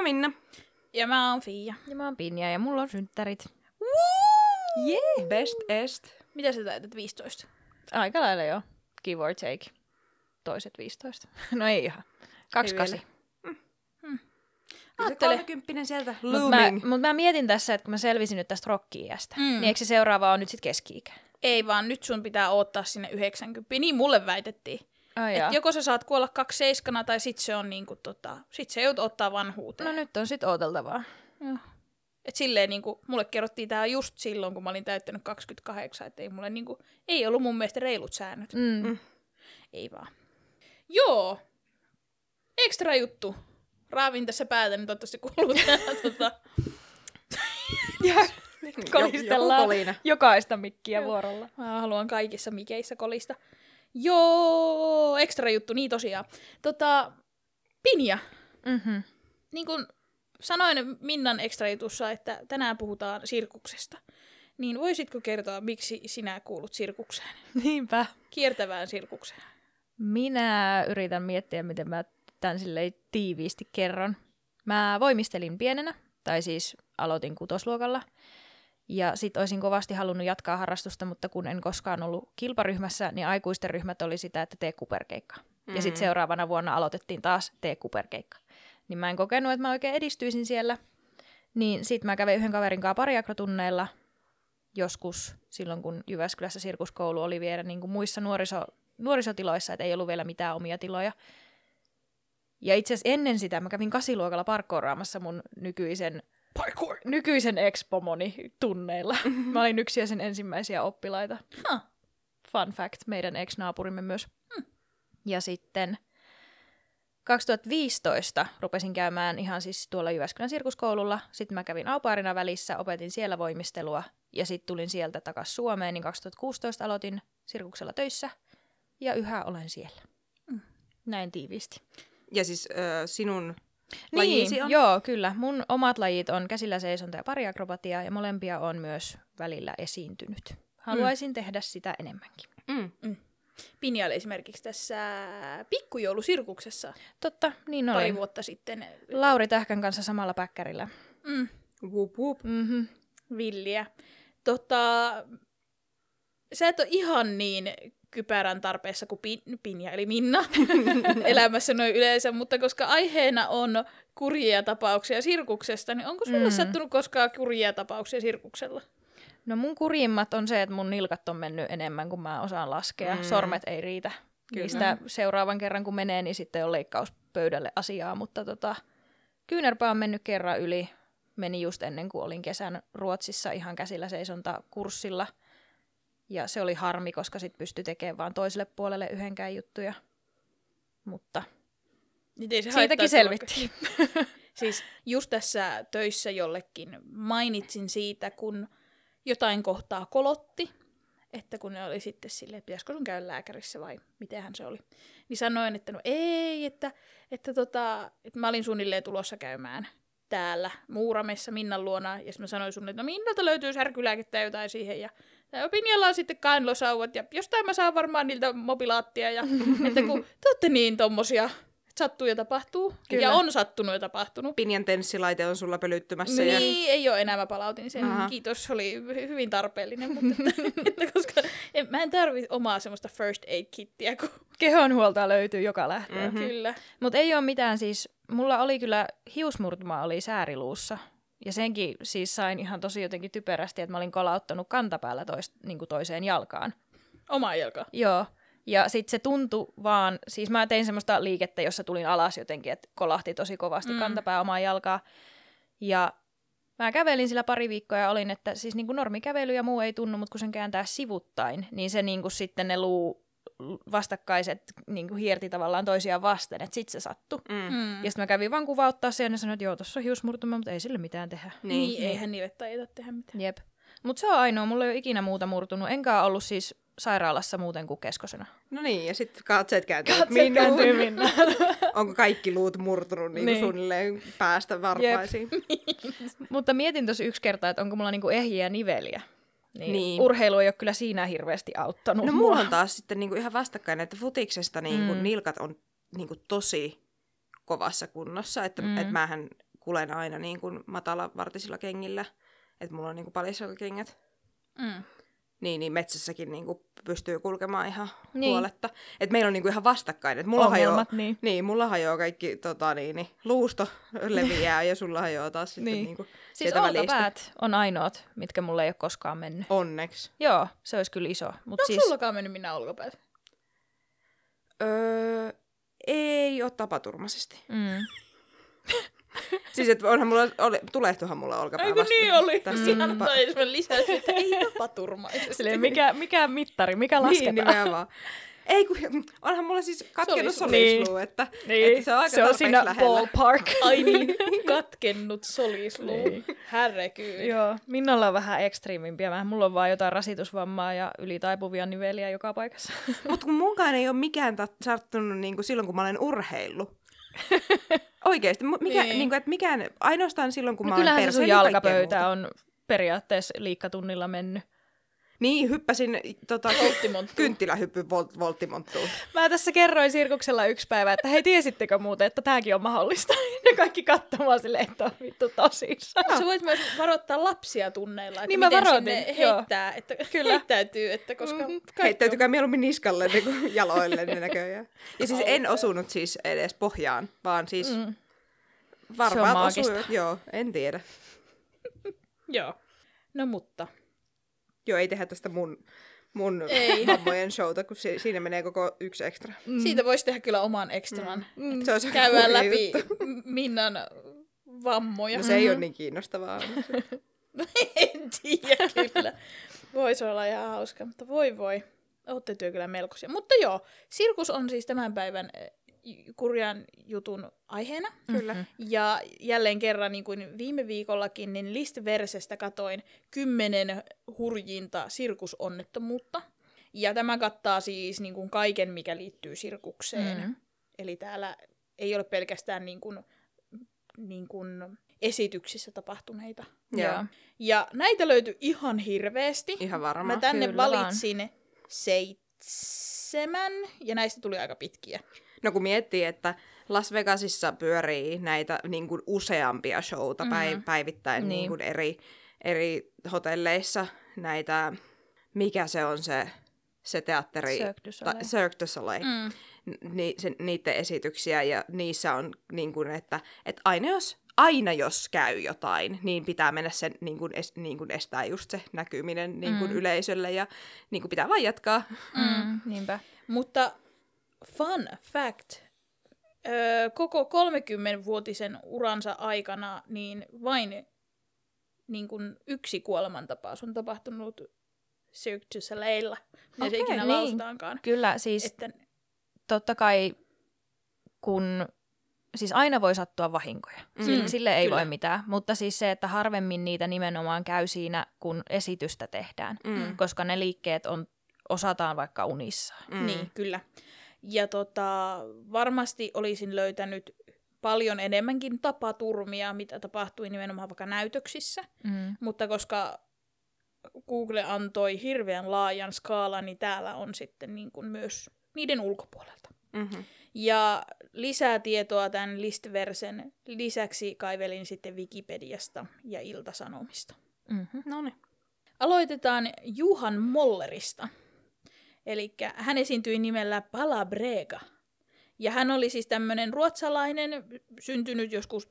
oon Minna. Ja mä oon Fia. Ja mä oon Pinja ja mulla on synttärit. Yeah. Best est. Mitä sä täytät 15? Aika lailla jo. Give or take. Toiset 15. No ei ihan. 28. Se 30 sieltä looming. Mutta mä mietin tässä, että kun mä selvisin nyt tästä rokki-iästä, niin eikö se seuraava on nyt sit keski-ikä? Ei vaan, nyt sun pitää odottaa sinne 90. Niin mulle väitettiin. Ai Joko sä saat kuolla 27 tai sit se on niinku sit se joudut ottaa vanhuuteen. No nyt on sit ooteltavaa. Joo. Et silleen niinku, mulle kerrottiin tää just silloin, kun mä olin täyttänyt 28, että ei mulle niinku, ei ollut mun mielestä reilut säännöt. Ei vaan. Joo. Ekstra juttu. Raavin tässä päätä, niin toivottavasti kuuluu tää Kolistellaan jokaista mikkiä vuorolla. Mä haluan kaikissa mikeissä kolista. Joo, ekstra juttu, niin tosiaan. Pinja. Niin kuin sanoin Minnan ekstra jutussa, että tänään puhutaan sirkuksesta. Niin voisitko kertoa, miksi sinä kuulut sirkukseen? Niinpä. Kiertävään sirkukseen. Minä yritän miettiä, miten mä tämän silleen tiiviisti kerron. Mä voimistelin pienenä, tai siis aloitin 6. Ja sit olisin kovasti halunnut jatkaa harrastusta, mutta kun en koskaan ollut kilparyhmässä, niin aikuisten ryhmät oli sitä, että tee kuperkeikka. Ja sitten seuraavana vuonna aloitettiin taas tee kuperkeikka. Niin mä en kokenut, että mä oikein edistyisin siellä. Niin sit mä kävin yhden kaverin kanssa pariakrotunneilla joskus silloin, kun Jyväskylässä sirkuskoulu oli vielä niin kuin muissa nuorisotiloissa, että ei ollut vielä mitään omia tiloja. Ja itse asiassa ennen sitä mä kävin 8-luokalla parkooraamassa mun nykyisen ex-pomoni tunneilla. Mä olin yksi sen ensimmäisiä oppilaita. Fun fact, meidän ex-naapurimme myös. Ja sitten 2015 rupesin käymään ihan siis tuolla Jyväskylän sirkuskoululla. Sitten mä kävin au pairina välissä, opetin siellä voimistelua ja sitten tulin sieltä takaisin Suomeen. Niin 2016 aloitin sirkuksella töissä ja yhä olen siellä. Näin tiiviisti. Ja siis sinun lajisi on? Joo, kyllä. Mun omat lajit on käsillä seisonta ja pariakrobatia ja molempia on myös välillä esiintynyt. Haluaisin tehdä sitä enemmänkin. Pinja oli esimerkiksi tässä pikkujoulusirkuksessa. Totta, niin oli. Pari vuotta sitten. Lauri Tähkän kanssa samalla päkkärillä. Wup, wup. Villiä. Sä et ole ihan niin kypärän tarpeessa kuin Pinja, eli Minna, elämässä noin yleensä, mutta koska aiheena on kurjia tapauksia sirkuksesta, niin onko sulle sattunut koskaan kurjia tapauksia sirkuksella? No mun kurjimmat on se, että mun nilkat on mennyt enemmän kuin mä osaan laskea. Sormet ei riitä. Kyllä. Niistä seuraavan kerran kun menee, niin sitten on leikkauspöydälle asiaa, mutta kyynärpää on mennyt kerran yli. Meni just ennen kuin olin kesän Ruotsissa ihan käsillä seisontakurssilla. Ja se oli harmi, koska sit pystyi tekemään vaan toiselle puolelle yhdenkään juttuja. Mutta siitäkin selvittiin. Siis just tässä töissä jollekin mainitsin siitä, kun jotain kohtaa kolotti, että kun ne oli sitten silleen, että pitäisikö sun käydä lääkärissä vai mitenhän se oli. Niin sanoin, että no ei, että mä olin suunnilleen tulossa käymään täällä Muuramessa Minnan luona. Ja mä sanoin sulle, että no Minnalta löytyy särkylääkettä ja jotain siihen. Ja Pinjalla on sitten kainlosauvat ja jostain mä saan varmaan niiltä mobilaattia. Ja että kun te ootte niin tommosia, sattuu ja tapahtuu. Kyllä. Ja on sattunut ja tapahtunut. Pinjan tenssilaite on sulla pölyttymässä. Niin, ei ole enää, mä palautin sen. Kiitos, oli hyvin tarpeellinen. Mutta koska mä en tarvitse omaa semmoista first aid kittiä. Kun kehonhuoltoa löytyy joka lähtöä. Kyllä. Mutta ei ole mitään siis, mulla oli kyllä hiusmurtuma oli sääriluussa. Ja senkin siis sain ihan tosi jotenkin typerästi, että mä olin kolauttanut kantapäällä toiseen jalkaan. Omaan jalkaan? Joo. Ja sitten se tuntui vaan, siis mä tein semmoista liikettä, jossa tulin alas jotenkin, että kolahti tosi kovasti kantapää omaan jalkaan. Ja mä kävelin sillä pari viikkoa ja olin, että siis niin kuin normikävely ja muu ei tunnu, mutta kun sen kääntää sivuttain, niin se niin kuin sitten ne vastakkaiset niin kuin hierti tavallaan toisiaan vasten, että sit se sattui. Ja sitten mä kävin vaan kuvauttaa sen ja sanoin, että joo, tossa on hiusmurtuma, mutta ei sille mitään tehdä. Niin eihän niille taida tehdä mitään. Jep. Mutta se on ainoa, mulla ei ole ikinä muuta murtunut, enkä ollut siis sairaalassa muuten kuin keskosena. No niin, ja sitten katseet kääntyy Minna. Onko kaikki luut murtunut niin. Suunnilleen päästä varpaisiin? Mutta mietin tosi yksi kerta, että onko mulla niinku ehjiä niveliä. Niin. Urheilu ei ole kyllä siinä hirveästi auttanut. No mulla on taas sitten niinku ihan vastakkain, että futiksesta niinku nilkat on niinku tosi kovassa kunnossa. Että et mähän kulen aina niin kuin matalavartisilla kengillä, että mulla on niin kuin palisjalkakengät. Niin metsässäkin niin kuin pystyy kulkemaan ihan huoletta. Että meillä on niin kuin ihan vastakkain. Että mulla ongelmat, mulla hajoaa kaikki luusto leviää ja sulla hajoaa taas sitten niin kuin siis olkapäät on ainoat, mitkä mulle ei ole koskaan mennyt. Onneksi. Joo, se olisi kyllä iso. Onko sullakaan mennyt minä olkapäät? Ei ole tapaturmaisesti. Siis, että onhan mulla, tulehtuhan mulla olkapää vasta. Niin oli. Siinä toi lisäys, että ei tapaturmaisesti. Silleen, mikä mittari, mikä lasketaan? Niin, nimenomaan. Ei, kun onhan mulla siis katkennut solisluu, että se on aika tarpeeksi siinä lähellä. ballpark. Ai niin, katkennut solisluu. Härrekyy. Joo, Minnalla on vähän ekstriimimpiä. Mulla on vaan jotain rasitusvammaa ja ylitaipuvia niveliä joka paikassa. Mutta kun munkaan ei ole mikään sattunut niin kuin silloin, kun mä olen urheillut. Oikeesti. Mikään, ainoastaan silloin, kun mä olen kyllähän se sun jalkapöytä on periaatteessa liikkatunnilla mennyt. Niin, hyppäsin kynttilähyppy volttimonttuun. Mä tässä kerroin Sirkuksella yksi päivä, että hei, tiesittekö muuten, että tääkin on mahdollista? Ne kaikki katsomaan silleen, että on vittu tosissaan. No. Sä voit myös varoittaa lapsia tunneilla, että niin miten sinne heittää, että heittäytyy, että koska... Heittäytykää mieluummin niskalle niin kuin jaloille ne näköjään. Ja siis en osunut siis edes pohjaan, vaan siis varpaat osuivat. Joo, en tiedä. Joo, no mutta... Joo, ei tehdä tästä mun vammojen showta, kun siinä menee koko yksi ekstra. Siitä voisi tehdä kyllä oman ekstran. Se käydään läpi Minnan vammoja. No se ei ole niin kiinnostavaa. En tiedä kyllä. Voisi olla ihan hauska, mutta voi. Ootte työ kyllä melkoisia. Mutta joo, sirkus on siis tämän päivän kurjan jutun aiheena. Kyllä. Ja jälleen kerran, niin kuin viime viikollakin, niin Listversestä katoin 10 hurjinta sirkusonnettomuutta. Ja tämä kattaa siis niin kuin kaiken, mikä liittyy sirkukseen. Eli täällä ei ole pelkästään niin kuin esityksissä tapahtuneita. Ja näitä löytyi ihan hirveästi. Ihan varmaan. Mä tänne valitsin 7, ja näistä tuli aika pitkiä. No kun miettii, että Las Vegasissa pyörii näitä niin kuin useampia showta päivittäin niin kuin eri hotelleissa, näitä, mikä se on se teatteri? Cirque du Soleil. Niiden esityksiä, ja niissä on niin kuin, että aina jos käy jotain, niin pitää mennä sen niin kuin estää just se näkyminen niin kuin yleisölle, ja niin kuin pitää vaan jatkaa. Niinpä. Mutta fun fact, koko 30-vuotisen uransa aikana niin vain niin kuin yksi kuolemantapaus on tapahtunut Cirque du Soleililla. Ja se ikinä lausutaankaan. Kyllä, siis totta kai kun... Siis aina voi sattua vahinkoja. Sille ei voi mitään. Mutta siis se, että harvemmin niitä nimenomaan käy siinä, kun esitystä tehdään. Koska ne liikkeet osataan vaikka unissaan. Niin, kyllä. Ja varmasti olisin löytänyt paljon enemmänkin tapaturmia, mitä tapahtui nimenomaan vaikka näytöksissä. Mutta koska Google antoi hirveän laajan skaalan, niin täällä on sitten niin kuin myös niiden ulkopuolelta. Ja lisää tietoa tämän Listversen lisäksi kaivelin sitten Wikipediasta ja Ilta-Sanomista. Noniin. Aloitetaan Johan Mollerista. Eli hän esiintyi nimellä Palabrega. Ja hän oli siis tämmöinen ruotsalainen, syntynyt joskus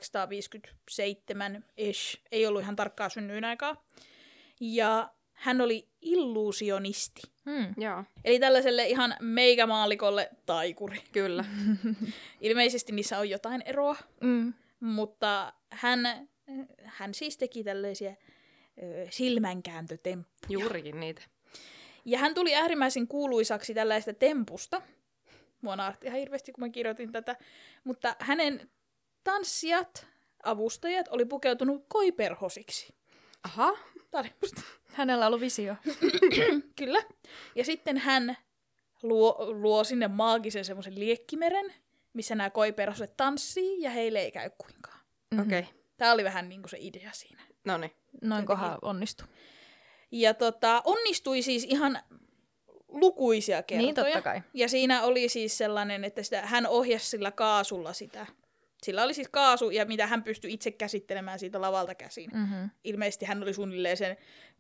1857-ish. Ei ollut ihan tarkkaa synnyinaikaa. Ja hän oli illuusionisti. Joo. Eli tällaiselle ihan meikämaalikolle taikuri. Kyllä. Ilmeisesti niissä on jotain eroa. Mutta hän siis teki tällaisia silmänkääntötemppuja. Juurikin niitä. Ja hän tuli äärimmäisen kuuluisaksi tällaista tempusta. Mua naartti ihan hirveästi, kun mä kirjoitin tätä. Mutta hänen tanssijat, avustajat, oli pukeutunut koiperhosiksi. Aha. Tarjosta. Hänellä on ollut visio. Kyllä. Ja sitten hän luo sinne maagisen semmoisen liekkimeren, missä nämä koiperhoset tanssii ja heille ei käy kuinkaan. Okei. Tämä oli vähän niin kuin se idea siinä. Noniin. Noinkohan onnistui. Ja onnistui siis ihan lukuisia kertoja. Niin, totta kai. Ja siinä oli siis sellainen, että hän ohjasi sillä kaasulla sitä Sillä oli siis kaasu, ja mitä hän pystyi itse käsittelemään siitä lavalta käsin. Mm-hmm. Ilmeisesti hän oli suunnilleen sen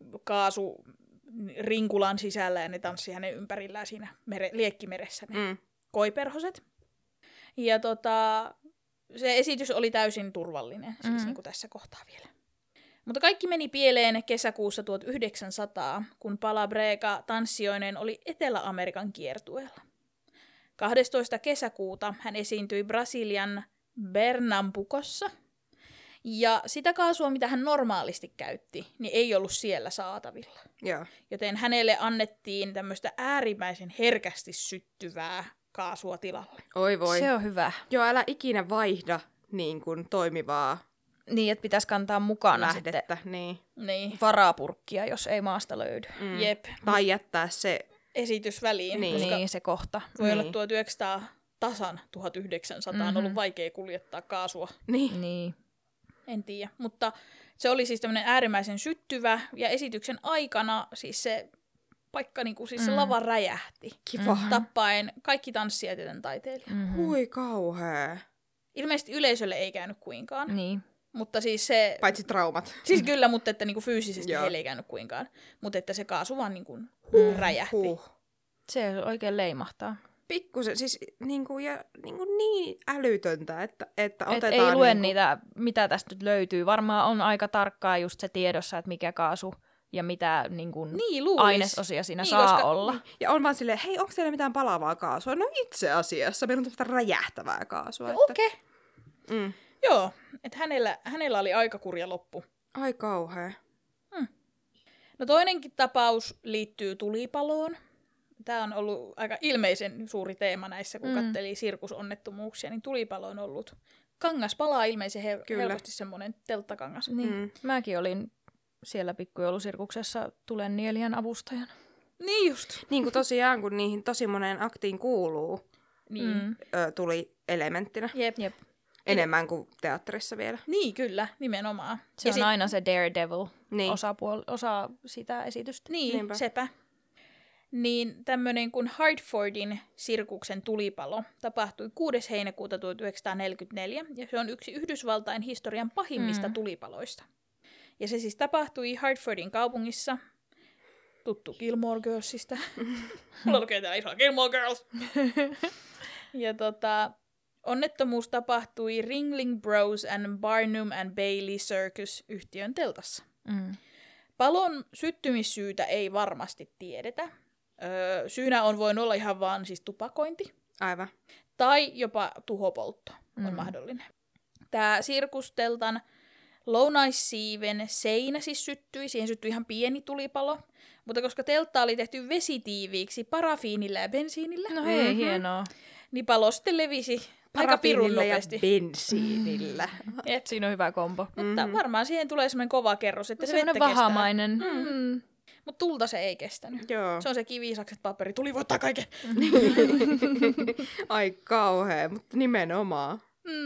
kaasurinkulan sisällä, ja ne tanssi hänen ympärillään siinä liekkimeressä, ne koiperhoset. Ja se esitys oli täysin turvallinen, siis niin kuin tässä kohtaa vielä. Mutta kaikki meni pieleen kesäkuussa 1900, kun Palabrega tanssijoineen oli Etelä-Amerikan kiertueella. 12. kesäkuuta hän esiintyi Brasilian Pernambucossa, ja sitä kaasua, mitä hän normaalisti käytti, niin ei ollut siellä saatavilla. Joo. Joten hänelle annettiin tämmöistä äärimmäisen herkästi syttyvää kaasua tilalle. Oi voi. Se on hyvä. Joo, älä ikinä vaihda niin kuin toimivaa Niin, että pitäisi kantaa mukana lähdettä. sitten Niin. varapurkkia, jos ei maasta löydy. Jep. Tai jättää se. Esitys väliin. Koska Niin, se kohta. voi olla 1900 tasan 1900 on ollut vaikea kuljettaa kaasua. Niin. En tiedä. Mutta se oli siis tämmöinen äärimmäisen syttyvä, ja esityksen aikana siis se paikka, siis se lava räjähti. Kiva. Tappaen kaikki tanssijat ja taiteilijat. Hui kauhea. Ilmeisesti yleisölle ei käynyt kuinkaan. Niin. Mutta siis se... Paitsi traumat. Siis kyllä, mutta että niinku fyysisesti heille ei käynyt kuinkaan. Mutta että se kaasu vaan niinku räjähti. Se oikein leimahtaa. Pikkusen, siis niinku, ja, niinku niin älytöntä, että otetaan... ei lue niinku... niitä, mitä tästä nyt löytyy. Varmaan on aika tarkkaa just se tiedossa, että mikä kaasu ja mitä ainesosia siinä saa olla. Ja on vaan silleen, hei, onko teillä mitään palavaa kaasua? No itse asiassa, meillä on tämmöistä räjähtävää kaasua. No, okei. Joo, että hänellä oli aika kurja loppu. Ai kauhea. No toinenkin tapaus liittyy tulipaloon. Tämä on ollut aika ilmeisen suuri teema näissä, kun katseli sirkusonnettomuuksia, niin tulipalo on ollut. Kangas palaa ilmeisen helposti semmoinen telttakangas. Niin. Mäkin olin siellä pikkujoulusirkuksessa Tulennielijän avustajana. Niin just. Niin kuin tosiaan, kun niihin tosi moneen aktiin kuuluu, tuli elementtinä. Jep. Enemmän kuin teatterissa vielä. Niin, kyllä, nimenomaan. Se on aina se Daredevil osa sitä esitystä. Niin, niinpä. Sepä. Niin tämmöinen kuin Hartfordin sirkuksen tulipalo tapahtui 6. heinäkuuta 1944, ja se on yksi Yhdysvaltain historian pahimmista tulipaloista. Ja se siis tapahtui Hartfordin kaupungissa, tuttu Gilmore Girlsista. Mulla lukee täällä isoa Gilmore Girls. Ja onnettomuus tapahtui Ringling Bros and Barnum and Bailey Circus-yhtiön teltassa. Palon syttymissyytä ei varmasti tiedetä. Syynä on voinut olla ihan vaan siis tupakointi. Aivan. Tai jopa tuhopoltto on mahdollinen. Tämä sirkusteltan lounaisseiven seinä siis syttyi. Siihen syttyi ihan pieni tulipalo. Mutta koska teltta oli tehty vesitiiviiksi parafiinillä ja bensiinillä. No hei, hienoa. Niin palo sitten levisi aika pirun nopeasti. Ja bensiinillä. Siinä on hyvä kombo. Mutta varmaan siihen tulee semmoinen kova kerros, että se vettä kestää. Vahamainen. Mutta tulta se ei kestänyt. Joo. Se on se kivisakset paperi. Tuli voittaa kaiken. Ai kauhea, mutta nimenomaan.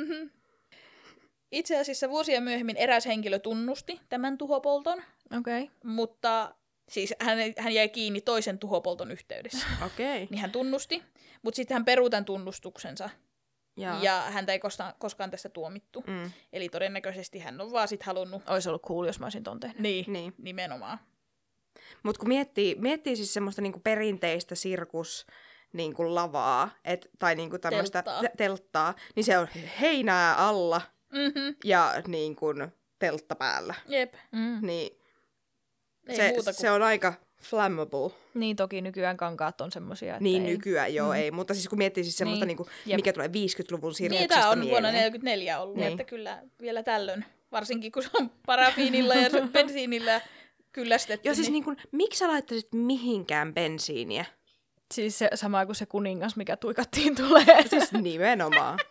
Itse asiassa vuosia myöhemmin eräs henkilö tunnusti tämän tuhopolton. Okay. Mutta siis hän jäi kiinni toisen tuhopolton yhteydessä. Okei. Niin hän tunnusti. Mutta sitten hän perui tämän tunnustuksensa. Ja häntä ei koskaan tästä tuomittu. Eli todennäköisesti hän on vaan sit halunnut... Olisi ollut cool, jos mä olisin ton tehnyt. Niin. Nimenomaan. Mutta kun miettii siis semmoista niinku perinteistä sirkus niinku lavaa, tai niinku tämmöistä telttaa, niin se on heinää alla ja niinku teltta päällä. Jep. Niin se on aika flammable. Niin, toki nykyään kankaat on semmosia, että niin, nykyään ei. Mutta siis kun miettii siis semmoista, niinku, mikä tulee 50-luvun sirkuksesta tämä on mieleen. vuonna 1944 ollut, että kyllä vielä tällöin. Varsinkin kun se on parafiinilla ja bensiinillä kyllästetty. Joo, siis niin miksi sä laittaisit mihinkään bensiiniä? Siis se sama kuin se kuningas, mikä tuikattiin tulee. Siis nimenomaan.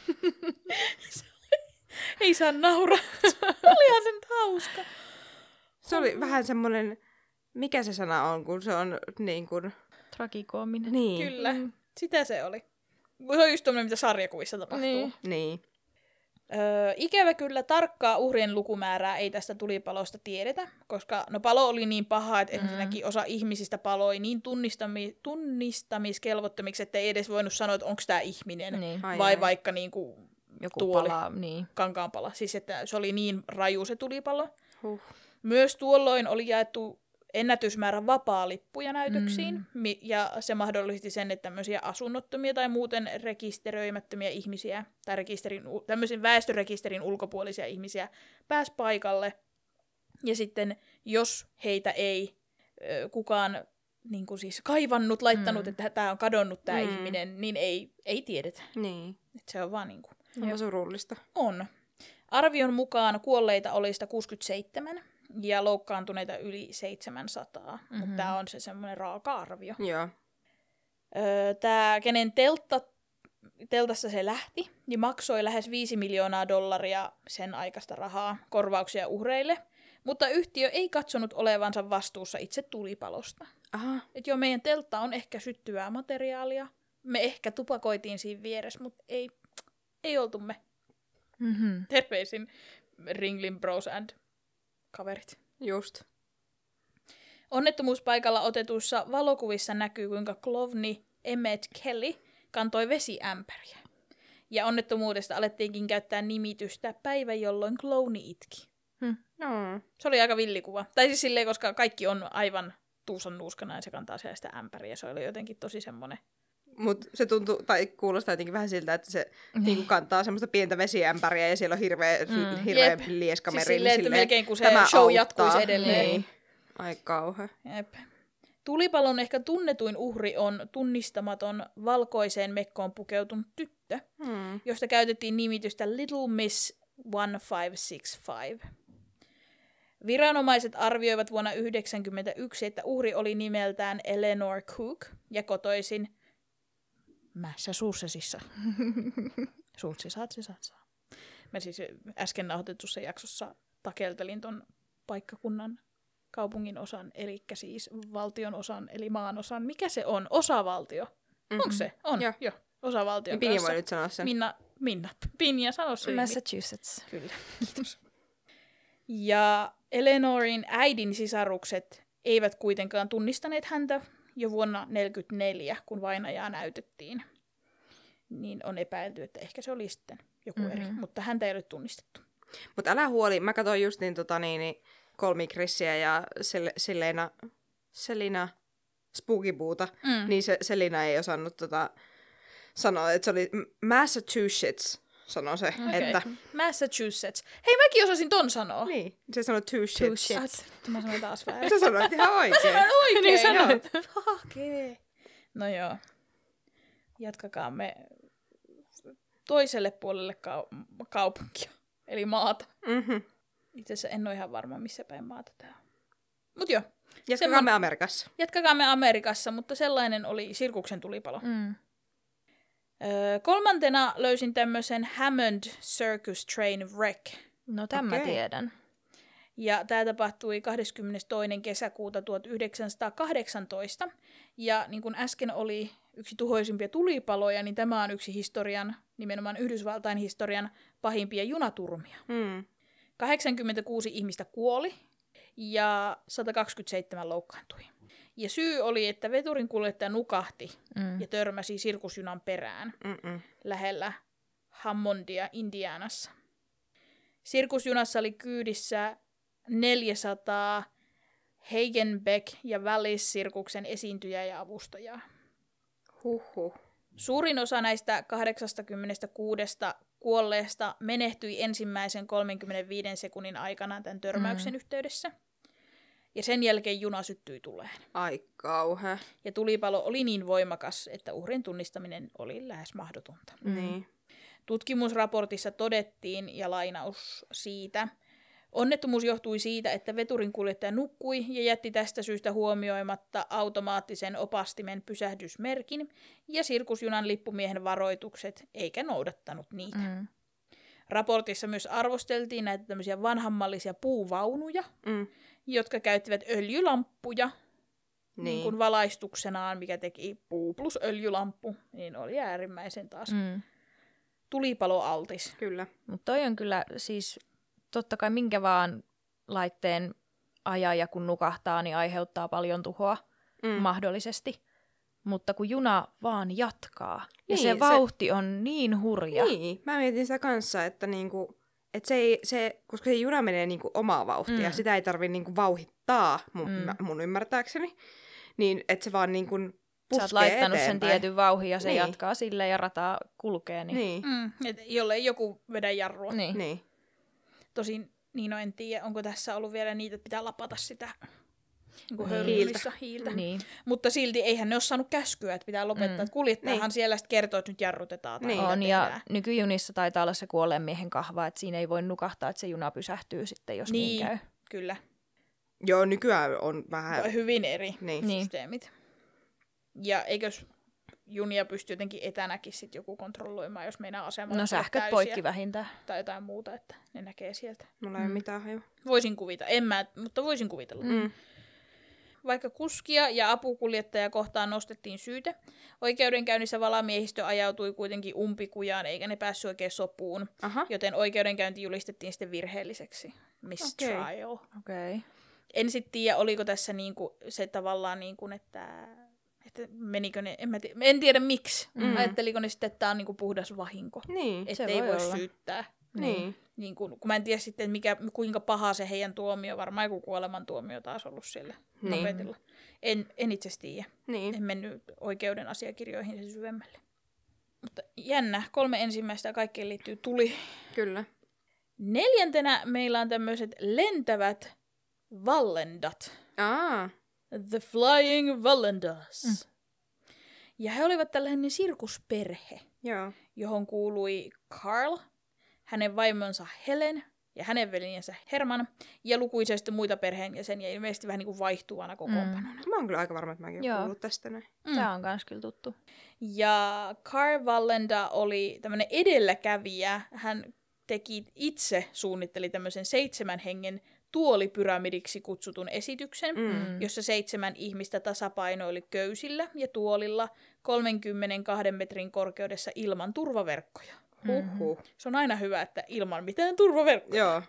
Ei saa nauraa. Olihan se nyt hauska. Se oli vähän semmoinen, mikä se sana on, kun se on niin kuin... Tragikoominen. Niin. Kyllä, sitä se oli. Se on just tommoinen, mitä sarjakuvissa tapahtuu. Niin. Ikävä kyllä tarkkaa uhrien lukumäärää ei tästä tulipalosta tiedetä, koska palo oli niin paha, että ensinnäkin osa ihmisistä paloi niin tunnistamiskelvottomiksi, että ei edes voinut sanoa, että onko tämä ihminen vai vaikka niinku joku tuoli. pala. Niin. Kankaanpala. Siis että se oli niin raju se tulipalo. Huh. Myös tuolloin oli jaettu ennätysmäärä vapaa-lippuja näytöksiin, ja se mahdollisti sen, että tämmöisiä asunnottomia tai muuten rekisteröimättömiä ihmisiä, tai tämmöisen väestörekisterin ulkopuolisia ihmisiä pääsi paikalle. Ja sitten, jos heitä ei kukaan niin kuin siis kaivannut, laittanut, että tämä on kadonnut tämä ihminen, niin ei tiedetä. Niin. Että se on vaan niin kuin... Onpa surullista. On. Arvion mukaan kuolleita oli 167 ja loukkaantuneita yli 700, mutta tämä on se semmoinen raaka arvio. Joo. Tämä, kenen teltassa se lähti, niin maksoi lähes $5 miljoonaa sen aikaista rahaa korvauksia uhreille, mutta yhtiö ei katsonut olevansa vastuussa itse tulipalosta. Aha. Että joo, meidän teltta on ehkä syttyvää materiaalia, me ehkä tupakoitiin siinä vieressä, mutta ei oltu me. Mm-hmm. Terveisin Ringling Bros and kaverit. Just. Onnettomuuspaikalla otetuissa valokuvissa näkyy, kuinka klovni Emmett Kelly kantoi vesiämpäriä. Ja onnettomuudesta alettiinkin käyttää nimitystä päivä, jolloin klouni itki. No. Se oli aika villikuva. Tai siis silleen, koska kaikki on aivan tuusan nuuskana ja se kantaa siellä sitä ämpäriä. Se oli jotenkin tosi semmoinen. Mutta se tuntuu, tai kuulostaa jotenkin vähän siltä, että se niinku kantaa semmoista pientä vesiämpäriä ja siellä on hirveä lieskameri. Siis silleen, että melkein kun se show auttaa. jatkuisi edelleen. Niin. Ai kauhea. Jep. Tulipalon ehkä tunnetuin uhri on tunnistamaton valkoiseen mekkoon pukeutunut tyttö, josta käytettiin nimitystä Little Miss 1565. Viranomaiset arvioivat vuonna 1991, että uhri oli nimeltään Eleanor Cook ja kotoisin Massachusettsissa. Suutsisatsa. Mä siis äsken nauhoitetussa jaksossa takeltelin ton paikkakunnan kaupungin osan, eli siis valtion osan, eli maan osan. Mikä se on? Osavaltio. Mm-hmm. Onko se? On. Joo. Osavaltion Pinja kanssa. voi nyt sanoa sen. Minna. Pinja, sano se. Massachusetts. Kyllä, kiitos. Ja Eleanorin äidin sisarukset eivät kuitenkaan tunnistaneet häntä jo vuonna 1944, kun vainajaa näytettiin. Niin on epäilty, että ehkä se oli sitten joku eri, mutta häntä ei ole tunnistettu. Mutta älä huoli, mä katsoin just Kolmi Chrissiä ja Selina Spookyboota, niin Selina ei osannut sanoa, että se oli Massachusetts, sanoi se. Okay. Että... Massachusetts. Hei, mäkin osasin ton sanoa. Niin, se sanoi two shits. Mä sanoin taas väärin. Sä sanoit ihan oikein. Oikein, niin sanoit. Okay. No joo. Jatkakaamme toiselle puolelle kaupunkia, eli maata. Mm-hmm. Itse asiassa en ole ihan varma, missä päin maata tämä on. Mut joo. Jatkakaamme Amerikassa. Jatkakaamme Amerikassa, mutta sellainen oli sirkuksen tulipalo. Kolmantena löysin tämmöisen Hammond Circus Train Wreck. No tämän tiedän. Ja tämä tapahtui 22. kesäkuuta 1918. Ja niin kuin äsken oli yksi tuhoisimpia tulipaloja, niin tämä on yksi historian, nimenomaan Yhdysvaltain historian pahimpia junaturmia. 86 ihmistä kuoli ja 127 loukkaantui. Ja syy oli, että veturinkuljettaja nukahti ja törmäsi sirkusjunan perään lähellä Hammondia, Indianassa. Sirkusjunassa oli kyydissä 400 Hagenbeck ja Wallis-sirkuksen esiintyjää ja avustajaa. Huhhuh. Suurin osa näistä 86 kuolleesta menehtyi ensimmäisen 35 sekunnin aikana tämän törmäyksen yhteydessä. Ja sen jälkeen juna syttyi tuleen. Ai kauhea. Ja tulipalo oli niin voimakas, että uhrin tunnistaminen oli lähes mahdotonta. Niin. Tutkimusraportissa todettiin, ja lainaus siitä, onnettomuus johtui siitä, että veturinkuljettaja nukkui ja jätti tästä syystä huomioimatta automaattisen opastimen pysähdysmerkin ja sirkusjunan lippumiehen varoitukset, eikä noudattanut niitä. Raportissa myös arvosteltiin näitä tämmöisiä vanhanmallisia puuvaunuja, jotka käyttivät öljylamppuja niin kuin valaistuksenaan, mikä teki puu plus öljylamppu, niin oli äärimmäisen taas tulipaloaltis. Kyllä. Mutta toi on kyllä siis totta kai minkä vaan laitteen ajaja kun nukahtaa, niin aiheuttaa paljon tuhoa mahdollisesti. mutta kun juna vaan jatkaa. Ja Niin, se vauhti on niin hurja. Niin, mä mietin sitä kanssa, että niinku, et koska se juna menee niinku omaa vauhtia, sitä ei tarvitse niinku vauhittaa mun ymmärtääkseni, niin että se vaan niinku puskee Sä oot laittanut eteenpäin. sen tietyn vauhin ja se Niin. jatkaa silleen ja rata kulkee. Niin. Jollei joku vedä jarrua. Niin. Tosin niin en tiedä, onko tässä ollut vielä niitä, että pitää lapata sitä niin hiiltä. Niin. Mutta silti eihän ne ole saanut käskyä, että pitää lopettaa. Että kuljettajahan siellä sitten kertoo, että nyt jarrutetaan. Tai On, mitä ja tehdään. nykyjunissa taitaa olla se kuolleen miehen kahva, että siinä ei voi nukahtaa, että se juna pysähtyy sitten, jos niin käy. Kyllä. Joo, nykyään on vähän... Hyvin eri Niin. systeemit. Ja eikös junia pysty jotenkin etänäkin sit joku kontrolloimaan, jos meinaa asemalla No sähköt täysiä poikki vähintään. tai jotain muuta, että ne näkee sieltä. Mulla ei ole mitään hajua. Voisin kuvitella, mutta voisin kuvitella. Vaikka kuskia ja apukuljettaja kohtaan nostettiin syyte, oikeudenkäynnissä valamiehistö ajautui kuitenkin umpikujaan eikä ne päässyt oikein sopuun, joten oikeudenkäynti julistettiin sitten virheelliseksi. Mistrial. Okei. En sitten tiedä, oliko tässä niinku se tavallaan, niinku, että menikö ne, en tiedä miksi. Ajatteliko ne sitten, että tämä on niinku puhdas vahinko. Niin. Että ei voi olla syyttää. Niin. Kun mä en tiedä sitten, kuinka paha se heidän tuomio, varmaan joku kuolemantuomio taas ollut siellä tapetilla. En itse tiedä. Niin. En mennyt oikeuden asiakirjoihin sen syvemmälle. Mutta jännä, 3 ensimmäistä kaikkeen liittyy tuli. Kyllä. 4. meillä on tämmöiset lentävät vallendat. The Flying Vallendas. Ja he olivat tällainen sirkusperhe, Joo. johon kuului Carl, hänen vaimonsa Helen ja hänen veljensä Herman ja lukuisesti muita perheenjäseniä, ilmeisesti vähän niin kuin vaihtuvana kokoonpanona. Mä oon kyllä aika varma, että mäkin oon kuullut tästä näin. Tämä on kans kyllä tuttu. Ja Carl Vallenda oli tämmöinen edelläkävijä. Hän suunnitteli tämmöisen 7 hengen tuolipyramidiksi kutsutun esityksen, jossa 7 ihmistä tasapainoili köysillä ja tuolilla 32 metrin korkeudessa ilman turvaverkkoja. Se on aina hyvä, että ilman mitään turvaverkkoja. Joo.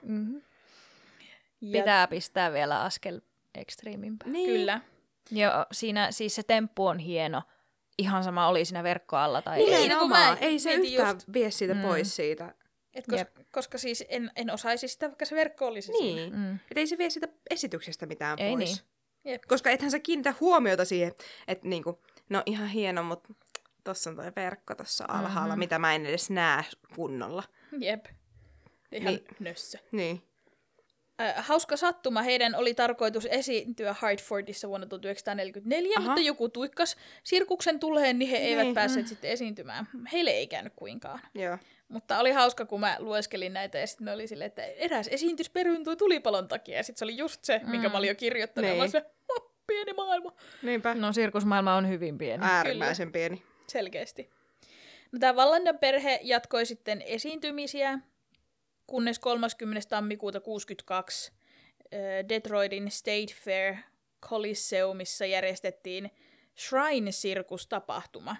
Pitää pistää vielä askel ekstriimimpää. Niin. Kyllä. Joo, siinä siis se temppu on hieno. Ihan sama oli siinä verkkoalla tai Nimenomaan. Ei se yhtään vie siitä pois siitä. Koska siis en osaisi sitä, vaikka se verkko olisi siinä. Et ei se vie siitä esityksestä mitään ei pois. Niin. Koska ethän sä kiinnitä huomiota siihen, että niinku, no ihan hieno, mutta tossa on toi verkko tossa alhaalla, mitä mä en edes näe kunnolla. Jep. Ihan nössö. Niin. Hauska sattuma, heidän oli tarkoitus esiintyä Hartfordissa vuonna 1944, mutta joku tuikkas sirkuksen tuleen, niin he eivät päässeet sitten esiintymään. Heille ei käynyt kuinkaan. Joo. Mutta oli hauska, kun mä lueskelin näitä ja sitten oli silleen, että eräs esiintys peruuntui tulipalon takia. Ja sitten se oli just se, minkä mä olin jo kirjoittanut. Niin. Ja mä pieni maailma. Niinpä. No sirkusmaailma on hyvin pieni. Äärimmäisen pieni. Selkeästi. No, tämä Vallandan perhe jatkoi sitten esiintymisiä, kunnes 30. tammikuuta 1962 Detroitin State Fair Coliseumissa järjestettiin Shrine-sirkustapahtuma.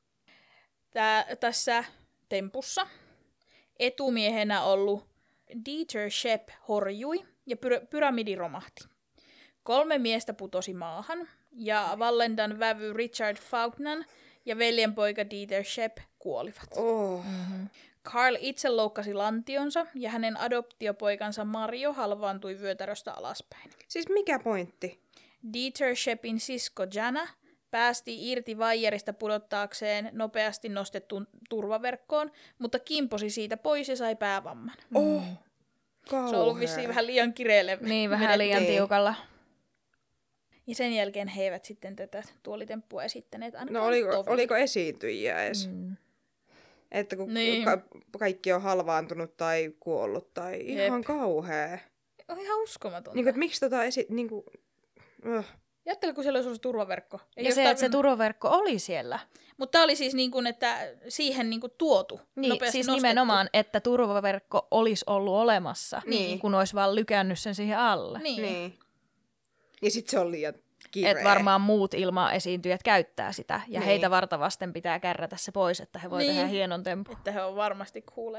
Tässä tempussa etumiehenä ollut Dieter Shepp horjui ja pyramidi romahti. 3 miestä putosi maahan ja Wallendan vävy Richard Faulkner ja veljenpoika Dieter Shepp kuolivat. Carl itse loukkasi lantionsa ja hänen adoptiopoikansa Mario halvaantui vyötäröstä alaspäin. Siis mikä pointti? Dieter Sheppin sisko Jana päästi irti vaijerista pudottaakseen nopeasti nostettuun turvaverkkoon, mutta kimposi siitä pois ja sai päävamman. Se on ollut vissiin vähän liian kireelle. Niin, vähän liian tiukalla. Ja sen jälkeen he eivät sitten tätä tuolitemppua esittäneet ainakaan. No oliko esiintyjiä edes? Että kun kaikki on halvaantunut tai kuollut tai ihan kauhea. On ihan uskomatonta. Niin kuin, että miksi Ajattele, kun siellä olisi ollut turvaverkko. Ja se, että se turvaverkko oli siellä. Mutta tämä oli siis niin kuin, että siihen niin kuin tuotu. Niin, siis nostettu. Nimenomaan, että turvaverkko olisi ollut olemassa, kun olisi vaan lykännyt sen siihen alle. Niin. Ja sitten se on liian kireä. Että varmaan muut ilmaesiintyjät käyttää sitä, ja heitä vartavasten pitää kärrätä se pois, että he voi tehdä hienon tempun. Että he on varmasti kuuleja.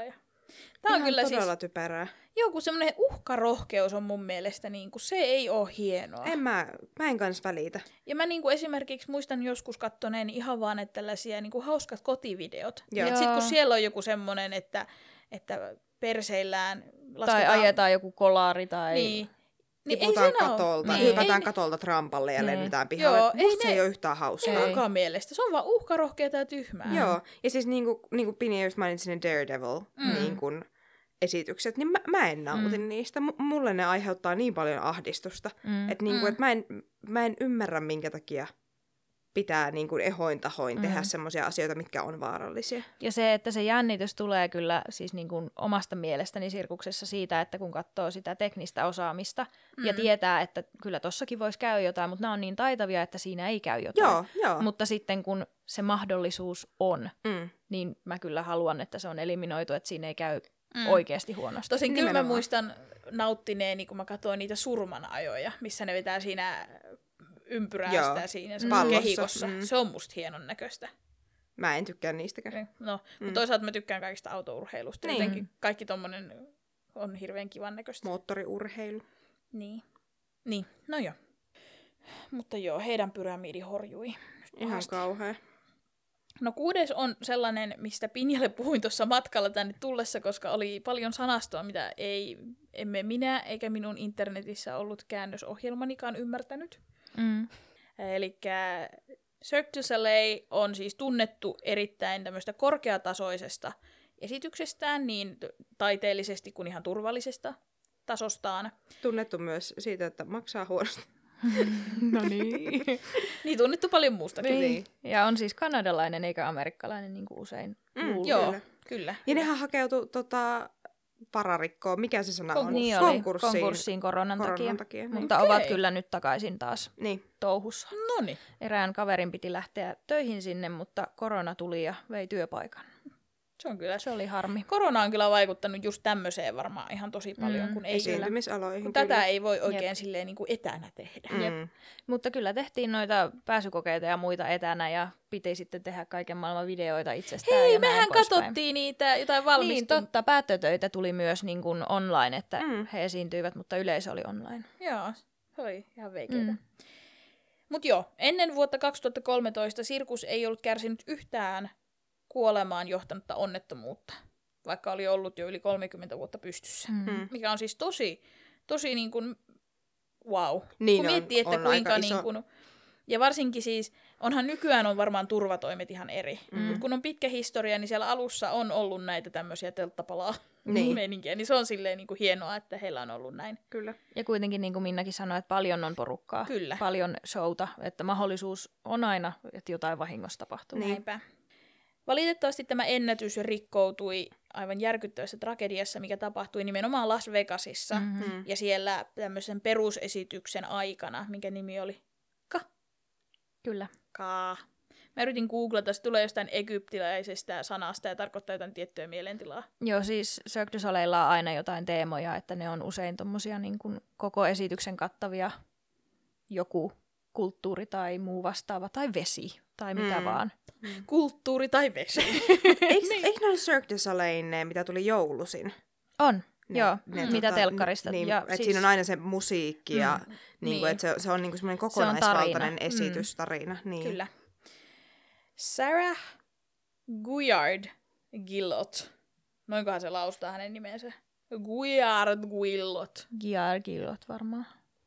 Tämä on Ihan kyllä todella siis, typerää. joku semmoinen uhkarohkeus on mun mielestä, niin kuin, se ei ole hienoa. Mä en kans välitä. Ja mä niin kuin esimerkiksi muistan joskus kattoneeni ihan vaan että tällaisia niin kuin hauskat kotivideot. Sitten kun siellä on joku semmoinen, että perseillään tai ajetaan joku kolari tai... Niin Tiputaan katolta, hypätään katolta trampalle ja lennetään pihalle. Joo, musta se ei ole yhtään hauskaa. Ei munkaan mielestä. Se on vaan uhkarohkeata ja tyhmää. Joo, ja siis niinku Pini just mainitsi ne Daredevil niinku esitykset, niin mä en nautin niistä. Mulle ne aiheuttaa niin paljon ahdistusta, että niinku, et mä en ymmärrä, minkä takia pitää niin kuin ehoin tahoin tehdä semmoisia asioita, mitkä on vaarallisia. Ja se, että se jännitys tulee kyllä siis niin kuin omasta mielestäni sirkuksessa siitä, että kun katsoo sitä teknistä osaamista ja tietää, että kyllä tossakin voisi käydä jotain, mutta nämä on niin taitavia, että siinä ei käy jotain. Joo. Mutta sitten kun se mahdollisuus on, niin mä kyllä haluan, että se on eliminoitu, että siinä ei käy oikeasti huonosti. Tosin kyllä mä muistan nauttineeni, kun mä katsoin niitä surmanajoja, missä ne vetää siinä ympyrästä siinä kehikossa. Se on musta hienon näköistä. Mä en tykkää niistäkään. No, mutta toisaalta mä tykkään kaikista autourheilusta. Niin. Jotenkin kaikki tommonen on hirveän kivan näköistä. Moottoriurheilu. Niin, no joo. Mutta joo, heidän pyramidi horjui. Ihan kauhea. No 6. on sellainen, mistä Pinjalle puhuin tuossa matkalla tänne tullessa, koska oli paljon sanastoa, mitä emme minä eikä minun internetissä ollut käännösohjelmanikaan ymmärtänyt. Elikkä Cirque du Soleil on siis tunnettu erittäin tämmöistä korkeatasoisesta esityksestään, niin taiteellisesti kuin ihan turvallisesta tasostaan. Tunnettu myös siitä, että maksaa huonosti. No niin. Niin, tunnettu paljon muustakin. Niin. Ja on siis kanadalainen eikä amerikkalainen, niin kuin usein luulee. Joo, kyllä. Ja nehän hakeutui vararikkoon. Mikä se sana on? Niin konkurssiin koronan takia. Mutta ovat kyllä nyt takaisin taas touhussa. Noniin. Erään kaverin piti lähteä töihin sinne, mutta korona tuli ja vei työpaikan. Se oli harmi. Korona on kyllä vaikuttanut just tämmöiseen varmaan ihan tosi paljon, kun ei esiintymisaloihin. Kun tätä ei voi oikein silleen niin kuin etänä tehdä. Mutta kyllä tehtiin noita pääsykokeita ja muita etänä ja piti sitten tehdä kaiken maailman videoita itsestään. Hei, mehän katsottiin niitä jotain valmistunut. Niin, totta. Päättötöitä tuli myös niin kuin online, että he esiintyivät, mutta yleisö oli online. Joo, se oli ihan veikeitä. Mutta joo, ennen vuotta 2013 sirkus ei ollut kärsinyt yhtään kuolemaan johtanutta onnettomuutta, vaikka oli ollut jo yli 30 vuotta pystyssä. Mikä on siis tosi niin kuin wow. Niin kun miettii, että kuinka niin kuin, ja varsinkin siis, onhan nykyään on varmaan turvatoimet ihan eri. Mutta kun on pitkä historia, niin siellä alussa on ollut näitä tämmöisiä telttapalaa meininkiä, niin se on silleen niin kuin hienoa, että heillä on ollut näin. Kyllä. Ja kuitenkin niin kuin Minnakin sanoi, että paljon on porukkaa. Kyllä. Paljon showta, että mahdollisuus on aina, että jotain vahingossa tapahtuu. Näinpä. Valitettavasti tämä ennätys rikkoutui aivan järkyttävässä tragediassa, mikä tapahtui nimenomaan Las Vegasissa. Ja siellä tämmöisen perusesityksen aikana, minkä nimi oli Kyllä. Mä yritin googlata, se tulee jostain egyptiläisestä sanasta ja tarkoittaa jotain tiettyä mielentilaa. Joo, siis Cirque du Soleilla on aina jotain teemoja, että ne on usein tommosia niin kuin koko esityksen kattavia, joku kulttuuri tai muu vastaava, tai vesi, tai mitä vaan. Kulttuuri tai vesi. Eikö ne ole Cirque du Soleil, mitä tuli joulusin? On, joo, mitä telkkarista. Niin, ja että siis, siinä on aina se musiikki ja niin. Että se on niin kuin semmoinen kokonaisvaltainen esitystarina. Niin. Kyllä. Sarah Guyard Gillot. Noinkohan se laustaa hänen nimensä? Guyard Gillot varmaan.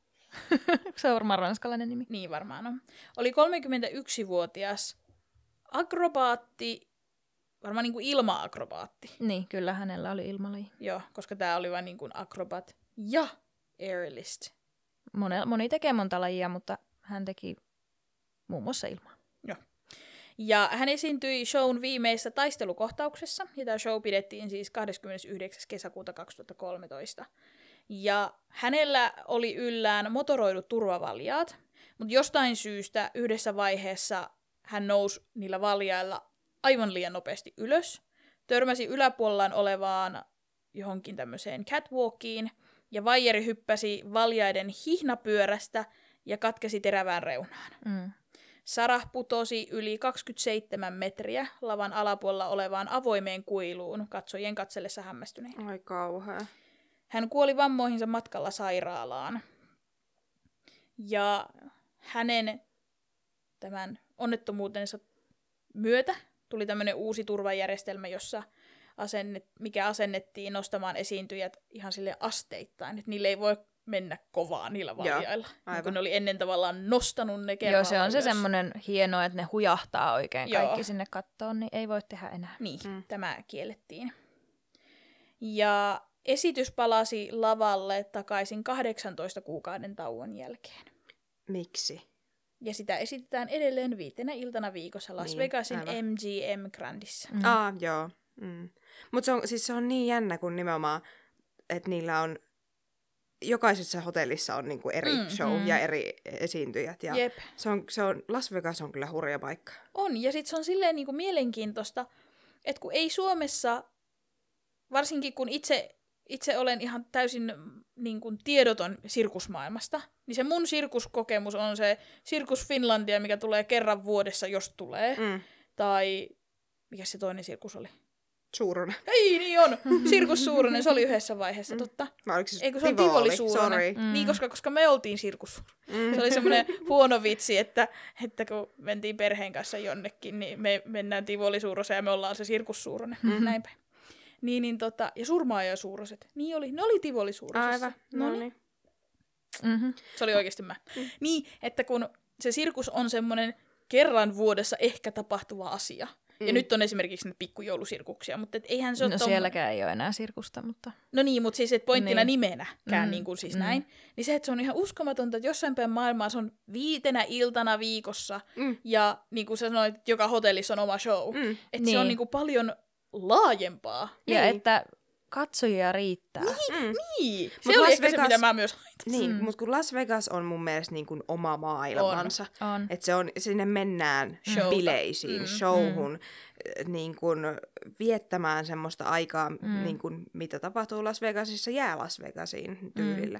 Se on varmaan ranskalainen nimi. Niin varmaan on. Oli 31-vuotias akrobaatti, varmaan niin kuin ilma-akrobaatti. Niin, kyllä hänellä oli ilmalaji. Joo, koska tämä oli vain niin kuin akrobat ja airlist. Moni tekee monta lajia, mutta hän teki muun muassa ilmaa. Joo. Ja hän esiintyi shown viimeisessä taistelukohtauksessa, ja tämä show pidettiin siis 29. kesäkuuta 2013. Ja hänellä oli yllään motoroidut turvavaljaat, mutta jostain syystä yhdessä vaiheessa hän nousi niillä valjailla aivan liian nopeasti ylös, törmäsi yläpuolellaan olevaan johonkin tämmöiseen catwalkiin, ja vaijeri hyppäsi valjaiden hihnapyörästä ja katkesi terävään reunaan. Sarah putosi yli 27 metriä lavan alapuolella olevaan avoimeen kuiluun, katsojien katsellessa hämmästyneen. Ai kauhea. Hän kuoli vammoihinsa matkalla sairaalaan. Ja hänen tämän onnettomuutensa myötä tuli tämmöinen uusi turvajärjestelmä, jossa mikä asennettiin nostamaan esiintyjät ihan sille asteittain, että niille ei voi mennä kovaa niillä valjailla. Kun ne oli ennen tavallaan nostanut ne kerralla. Joo, se on se ylös. semmoinen hieno, että ne hujahtaa oikein kaikki sinne kattoon, niin ei voi tehdä enää. Niin, tämä kiellettiin. Ja esitys palasi lavalle takaisin 18 kuukauden tauon jälkeen. Miksi? Ja sitä esitetään edelleen 5 iltana viikossa Las Vegasin MGM Grandissa. Joo. Mutta se on niin jännä, kun nimenomaan, että niillä on, jokaisessa hotellissa on niinku eri show ja eri esiintyjät. Ja Jep. Las Vegas on kyllä hurja paikka. On, ja sitten se on silleen niinku mielenkiintoista, että kun ei Suomessa, varsinkin kun itse olen ihan täysin niin kuin tiedoton sirkusmaailmasta, niin se mun sirkuskokemus on se Sirkus Finlandia, mikä tulee kerran vuodessa, jos tulee. Tai mikä se toinen sirkus oli? Suurunen. Ei, niin on! Sirkus Suurunen, se oli yhdessä vaiheessa, totta. Eikö se on Tivoli Suurunen. Niin, koska me oltiin Sirkus Suurunen. Se oli semmoinen huono vitsi, että kun mentiin perheen kanssa jonnekin, niin me mennään Tivoli Suuruseen ja me ollaan se Sirkus Suurunen. Näin päin. Ja Surmaaja Suuruset. Niin oli, ne oli Tivoli Suurusessa. Aivan, no niin. Se oli oikeasti mä. Niin, että kun se sirkus on semmoinen kerran vuodessa ehkä tapahtuva asia. Ja nyt on esimerkiksi ne pikkujoulusirkuksia, mutta eihän se ole sielläkään ei ole enää sirkusta, mutta... No niin, mutta siis et pointtina nimenäkään niin kuin siis näin. Niin se, että se on ihan uskomatonta, että jossain päin maailmaa se on 5 iltana viikossa. Ja niin kuin sä sanoit, että joka hotellissa on oma show. Että se on niin kuin paljon laajempaa. Ja että katsojia riittää. Niin. Se oli ehkä se, mitä mä myös haitasin. Niin, mutta kun Las Vegas on mun mielestä niin kuin oma maailmansa. On. Että sinne mennään bileisiin, showhun, niin kuin viettämään semmoista aikaa, niin kuin, mitä tapahtuu Las Vegasissa, jää Las Vegasiin tyylillä.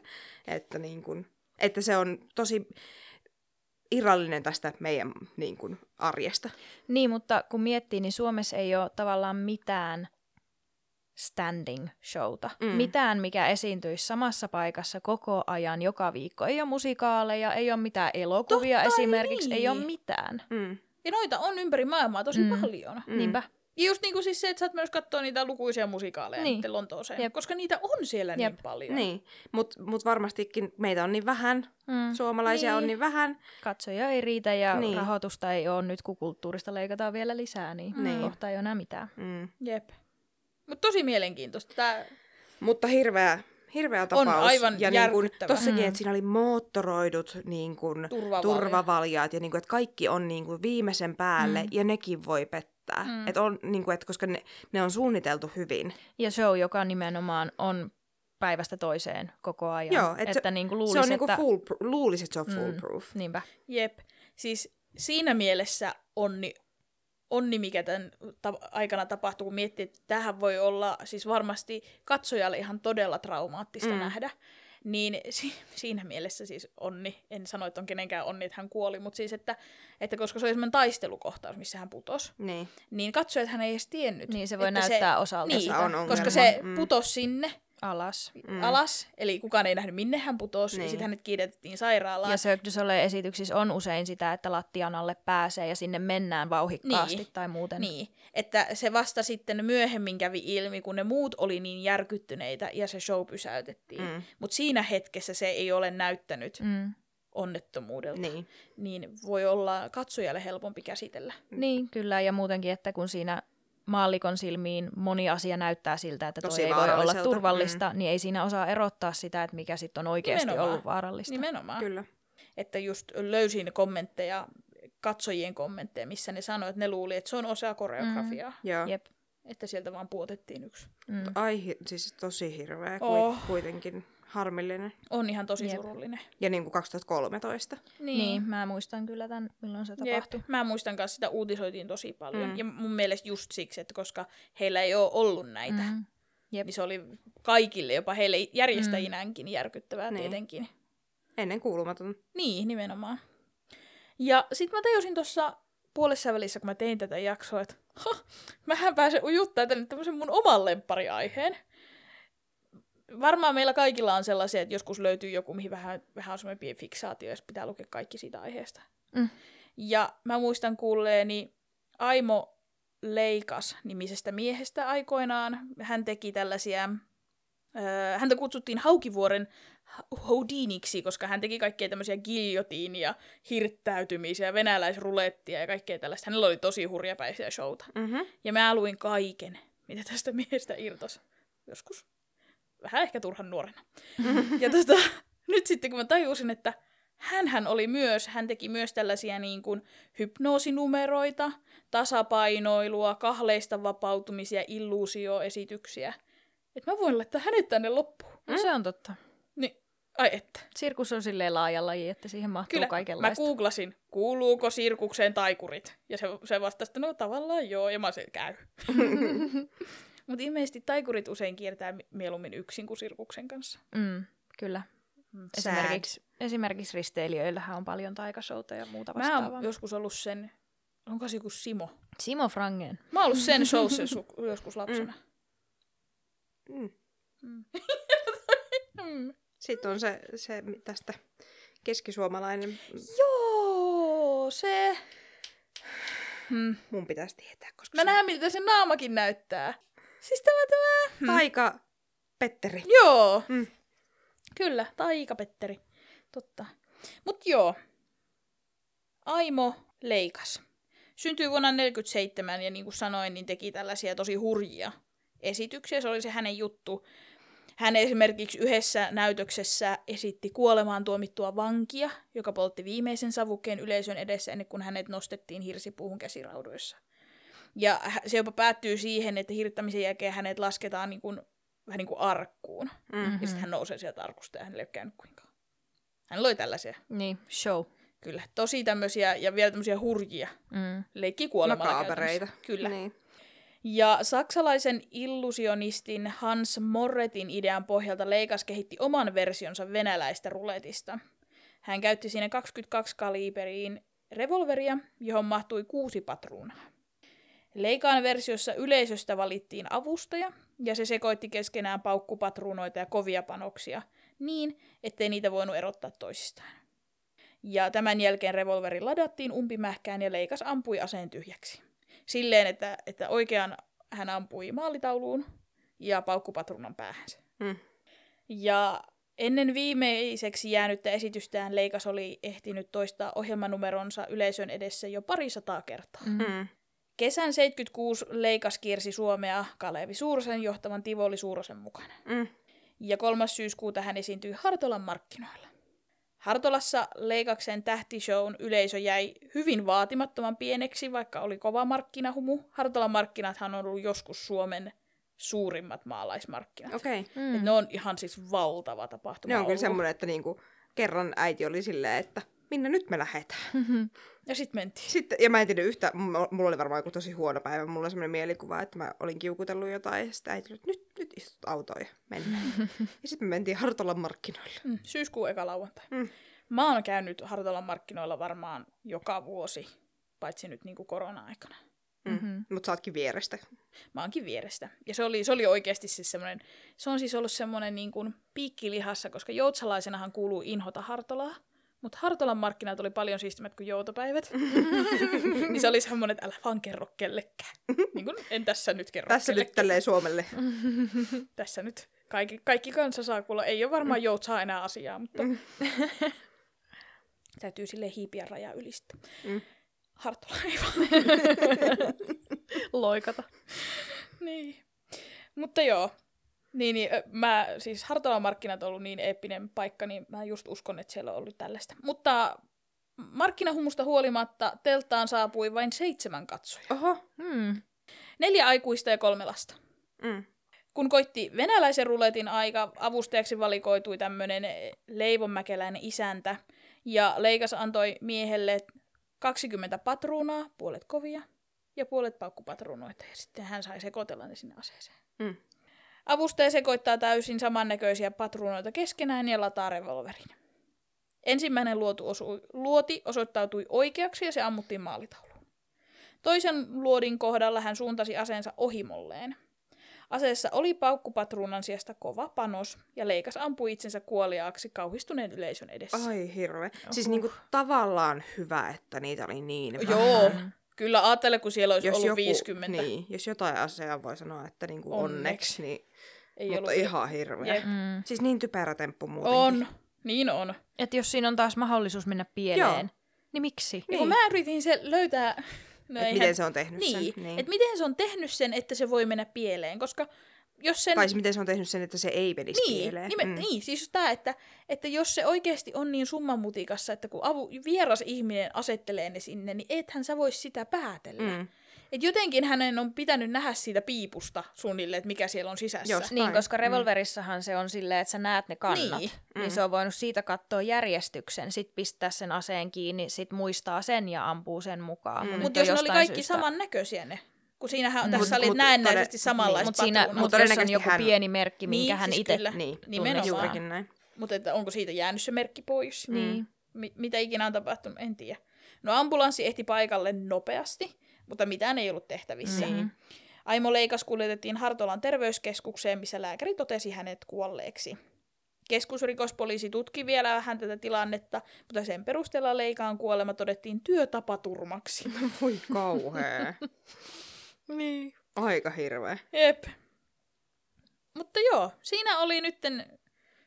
Että se on tosi irrallinen tästä meidän niin kuin, arjesta. Niin, mutta kun miettii, niin Suomessa ei ole tavallaan mitään standing showta. Mitään, mikä esiintyisi samassa paikassa koko ajan, joka viikko. Ei ole musikaaleja, ei ole mitään elokuvia esimerkiksi, ei ole mitään. Ja noita on ympäri maailmaa tosi paljon. Niinpä. Ja just niin kuin siis se, että sä oot myös katsoa niitä lukuisia musikaaleja nyt Lontooseen, koska niitä on siellä niin paljon. Niin, mutta varmastikin meitä on niin vähän, suomalaisia on niin vähän. Katsoja ei riitä ja rahoitusta ei ole nyt, kun kulttuurista leikataan vielä lisää, niin kohta ei ole enää mitään. Jep. Mutta tosi mielenkiintoista. Mutta hirveä tapaus. On aivan ja järkyttävä. Tossakin, että siinä oli moottoroidut niin kun, turvavaljaat ja niin kun, että kaikki on niin kun, viimeisen päälle ja nekin voi pettää. Et on, niin kun, että koska ne on suunniteltu hyvin. Ja show, joka nimenomaan on päivästä toiseen koko ajan. Joo, että niin kuin luulisi, että se on foolproof. Niinpä. Jep. Siis siinä mielessä onni, mikä tämän aikana tapahtuu, kun miettii, että tämähän voi olla siis varmasti katsojalle ihan todella traumaattista nähdä, niin siinä mielessä siis onni, en sano, että on kenenkään onni, että hän kuoli, mutta siis, että koska se oli semmoinen taistelukohtaus, missä hän putosi, niin katsojat hän ei edes tiennyt. Niin se voi näyttää osalta sitä. Koska se putosi sinne alas, eli kukaan ei nähnyt minne hän putosi, ja sitten hänet kiiretettiin sairaalaan. Ja Cirque du Soleil-esityksissä on usein sitä, että lattian alle pääsee ja sinne mennään vauhikkaasti tai muuten. Niin, että se vasta sitten myöhemmin kävi ilmi, kun ne muut oli niin järkyttyneitä ja se show pysäytettiin. Mutta siinä hetkessä se ei ole näyttänyt onnettomuudelta. Niin voi olla katsojalle helpompi käsitellä. Niin, kyllä, ja muutenkin, että kun siinä maallikon silmiin moni asia näyttää siltä, että toi ei voi olla turvallista, niin ei siinä osaa erottaa sitä, että mikä sitten on oikeasti ollut vaarallista. Nimenomaan. Kyllä. Että just löysin kommentteja, katsojien kommentteja, missä ne sanoi, että ne luuli, että se on osa koreografiaa. Jep. Että sieltä vaan puotettiin yksi. Ai, siis tosi hirveä kuitenkin. Harmillinen. On ihan tosi surullinen. Ja niin kuin 2013. Niin, mä muistan kyllä tämän, milloin se tapahtui. Mä muistan kanssa, sitä uutisoitiin tosi paljon. Ja mun mielestä just siksi, että koska heillä ei ole ollut näitä, niin se oli kaikille, jopa heille järjestäjinäänkin järkyttävää tietenkin. Ennen kuulumaton. Niin, nimenomaan. Ja sitten mä tajusin tuossa puolessa välissä, kun mä tein tätä jaksoa, että mähän pääsen ujuttaa tänne tämmöisen mun oman lemppariaiheen. Varmaan meillä kaikilla on sellaisia, että joskus löytyy joku, mihin vähän on semmoinen pieni fiksaatio, jos pitää lukea kaikki siitä aiheesta. Ja mä muistan kuulleeni Aimo Leikas -nimisestä miehestä aikoinaan. Hän teki tällaisia, häntä kutsuttiin Haukivuoren Houdiniksi, koska hän teki kaikkea tämmöisiä giljotiinia, hirttäytymisiä, venäläisrulettia ja kaikkea tällaista. Hänellä oli tosi hurjapäisiä showta. Ja mä luin kaiken, mitä tästä miehestä irtosi. Joskus vähän ehkä turhan nuorena. Ja nyt sitten kun mä tajusin, että hän teki myös tällaisia niin kuin hypnoosinumeroita, tasapainoilua, kahleista vapautumisia, illuusioesityksiä. Että mä voin laittaa hänet tänne loppuun. No se on totta. Niin, ai että. Sirkus on silleen laaja laji, että siihen mahtuu kyllä, kaikenlaista. Mä googlasin, kuuluuko sirkukseen taikurit? Ja se vastasi, että no tavallaan joo, ja mä se käy. Mutta ilmeisesti taikurit usein kiertää mieluummin yksin kuin sirkuksen kanssa. Kyllä. Esimerkiksi risteilijöillähän on paljon taikashouta ja muuta vastaavaa. Mä oon joskus ollut sen, onko se joku Simo? Simo Frangen. Mä oon ollut sen showssa joskus lapsena. Sitten on se tästä keskisuomalainen. Joo, se. Mun pitäisi tietää, koska mä näen, miltä se naamakin näyttää. Siis tämä. Taika Petteri. Joo. Kyllä, Taika Petteri. Totta. Mut joo. Aimo Leikas. Syntyi vuonna 1947 ja niin kuin sanoin, niin teki tällaisia tosi hurjia esityksiä. Se oli se hänen juttu. Hän esimerkiksi yhdessä näytöksessä esitti kuolemaan tuomittua vankia, joka poltti viimeisen savukkeen yleisön edessä ennen kuin hänet nostettiin hirsipuuhun käsiraudoissa. Ja se jopa päättyy siihen, että hirttämisen jälkeen hänet lasketaan vähän niin kuin arkkuun. Ja sitten hän nousee sieltä arkusta ja hänelle ei ole käynyt kuinkaan. Hän loi tällaisia. Niin, show. Kyllä, tosi tämmöisiä ja vielä tämmöisiä hurjia. Leikkii kuolemalla käytännössä. Kyllä. Niin. Ja saksalaisen illusionistin Hans Morretin idean pohjalta Leikas kehitti oman versionsa venäläistä ruletista. Hän käytti siinä 22-kaliiberiin revolveria, johon mahtui 6 patruunaa. Leikan versiossa yleisöstä valittiin avustaja, ja se sekoitti keskenään paukkupatruunoita ja kovia panoksia niin, ettei niitä voinut erottaa toisistaan. Ja tämän jälkeen revolveri ladattiin umpimähkään ja Leikas ampui aseen tyhjäksi. Silleen, että oikean hän ampui maalitauluun ja paukkupatruunan päähänsä. Ja ennen viimeiseksi jäänyttä esitystään Leikas oli ehtinyt toistaa ohjelmanumeronsa yleisön edessä jo 200 kertaa. Kesän 1976 Leikas kiersi Suomea Kalevi Suurosen johtavan Tivoli Suurosen mukana. Ja 3. syyskuuta hän esiintyi Hartolan markkinoilla. Hartolassa Leikaksen tähtishown yleisö jäi hyvin vaatimattoman pieneksi, vaikka oli kova markkinahumu. Hartolan markkinathan on ollut joskus Suomen suurimmat maalaismarkkinat. Okay. Ne on ihan siis valtava tapahtuma. Ne on kyllä semmoinen, että niinku kerran äiti oli silleen, että minne nyt me lähdetään. Ja sitten mentiin. Ja mä en tiedä mulla oli varmaan joku tosi huono päivä, mulla oli semmoinen mielikuva, että mä olin kiukutellut jotain, ja sitten äiti oli, että nyt istut autoon ja mennään. Ja sitten me mentiin Hartolan markkinoille. Syyskuun eka lauantai. Mä oon käynyt Hartolan markkinoilla varmaan joka vuosi, paitsi nyt niinku korona-aikana. Mutta sä ootkin vierestä. Mä oonkin vierestä. Ja se oli oikeasti siis semmoinen, se on siis ollut semmoinen niin kuin piikkilihassa, koska joutsalaisenahan kuuluu inhota Hartolaa. Mutta Hartolan markkinat oli paljon siistimät kuin joutopäivät. Niin se oli semmoinen, että älä vaan kerro kellekään. Niin kuin en tässä nyt kerro tässä kellekään. Nyt tälleen Suomelle. Tässä nyt kaikki kansa saa kuulla. Ei ole varmaan joutsaa enää asiaa, mutta täytyy silleen hiipiä rajaa ylistä. Hartola ei vaan. Loikata. Niin. Mutta joo. Niin, mä, siis Hartolan markkinat on ollut niin eeppinen paikka, niin mä just uskon, että siellä on ollut tällaista. Mutta markkinahumusta huolimatta telttaan saapui vain 7 katsojaa. Oho. 4 aikuista ja 3 lasta. Kun koitti venäläisen ruletin aika, avustajaksi valikoitui tämmöinen leivonmäkeläinen isäntä, ja Leikas antoi miehelle 20 patruunaa, puolet kovia ja puolet paukkupatruunoita, ja sitten hän sai sekoitella ne sinne aseeseen. Avustaja sekoittaa täysin samannäköisiä patruunoita keskenään ja lataa revolverin. Ensimmäinen luoti osoittautui oikeaksi ja se ammuttiin maalitauluun. Toisen luodin kohdalla hän suuntasi aseensa ohimolleen. Aseessa oli paukkupatruunan sijasta kova panos, ja Leikas ampui itsensä kuoliaaksi kauhistuneen yleisön edessä. Ai hirveä. Siis niinku tavallaan hyvä, että niitä oli niin vähän. Joo, kyllä ajattele, kun siellä olisi ollut 50. Niin, jos jotain asiaa voi sanoa, että niinku onneksi, niin... Ei mutta ollut ihan hirveä. Siis niin typerä temppu muutenkin. On, niin on. Että jos siinä on taas mahdollisuus mennä pieleen, niin miksi? Niin. Kun mä yritin se löytää... No miten se on tehnyt niin. sen. Niin. Että miten se on tehnyt sen, että se voi mennä pieleen, koska jos sen... Tai miten se on tehnyt sen, että se ei menisi pieleen. Niin, siis tämä, että jos se oikeasti on niin summanmutikassa, että kun vieras ihminen asettelee ne sinne, niin ethän sä vois sitä päätellä. Että jotenkin hänen on pitänyt nähdä siitä piipusta suunnilleen, että mikä siellä on sisässä. Niin, koska revolverissahan se on silleen, että sä näet ne kannat. Niin se on voinut siitä katsoa järjestyksen, sit pistää sen aseen kiinni, sit muistaa sen ja ampuu sen mukaan. Mutta jos ne oli kaikki samannäköisiä ne, kun siinähän tässä oli näennäisesti samanlaiset patruunat. Mutta jos on joku pieni merkki, minkä hän itse nimenomaan. Juurikin näin. Mutta onko siitä jäänyt se merkki pois? Niin. Mitä ikinä on tapahtunut, en tiedä. No ambulanssi ehti paikalle nopeasti, mutta mitään ei ollut tehtävissä. Aimo Leikas kuljetettiin Hartolan terveyskeskukseen, missä lääkäri totesi hänet kuolleeksi. Keskusrikospoliisi tutki vielä vähän tätä tilannetta, mutta sen perusteella Leikaan kuolema todettiin työtapaturmaksi. Voi kauhea. Niin. Aika hirveä. Jep. Mutta joo, siinä oli nytten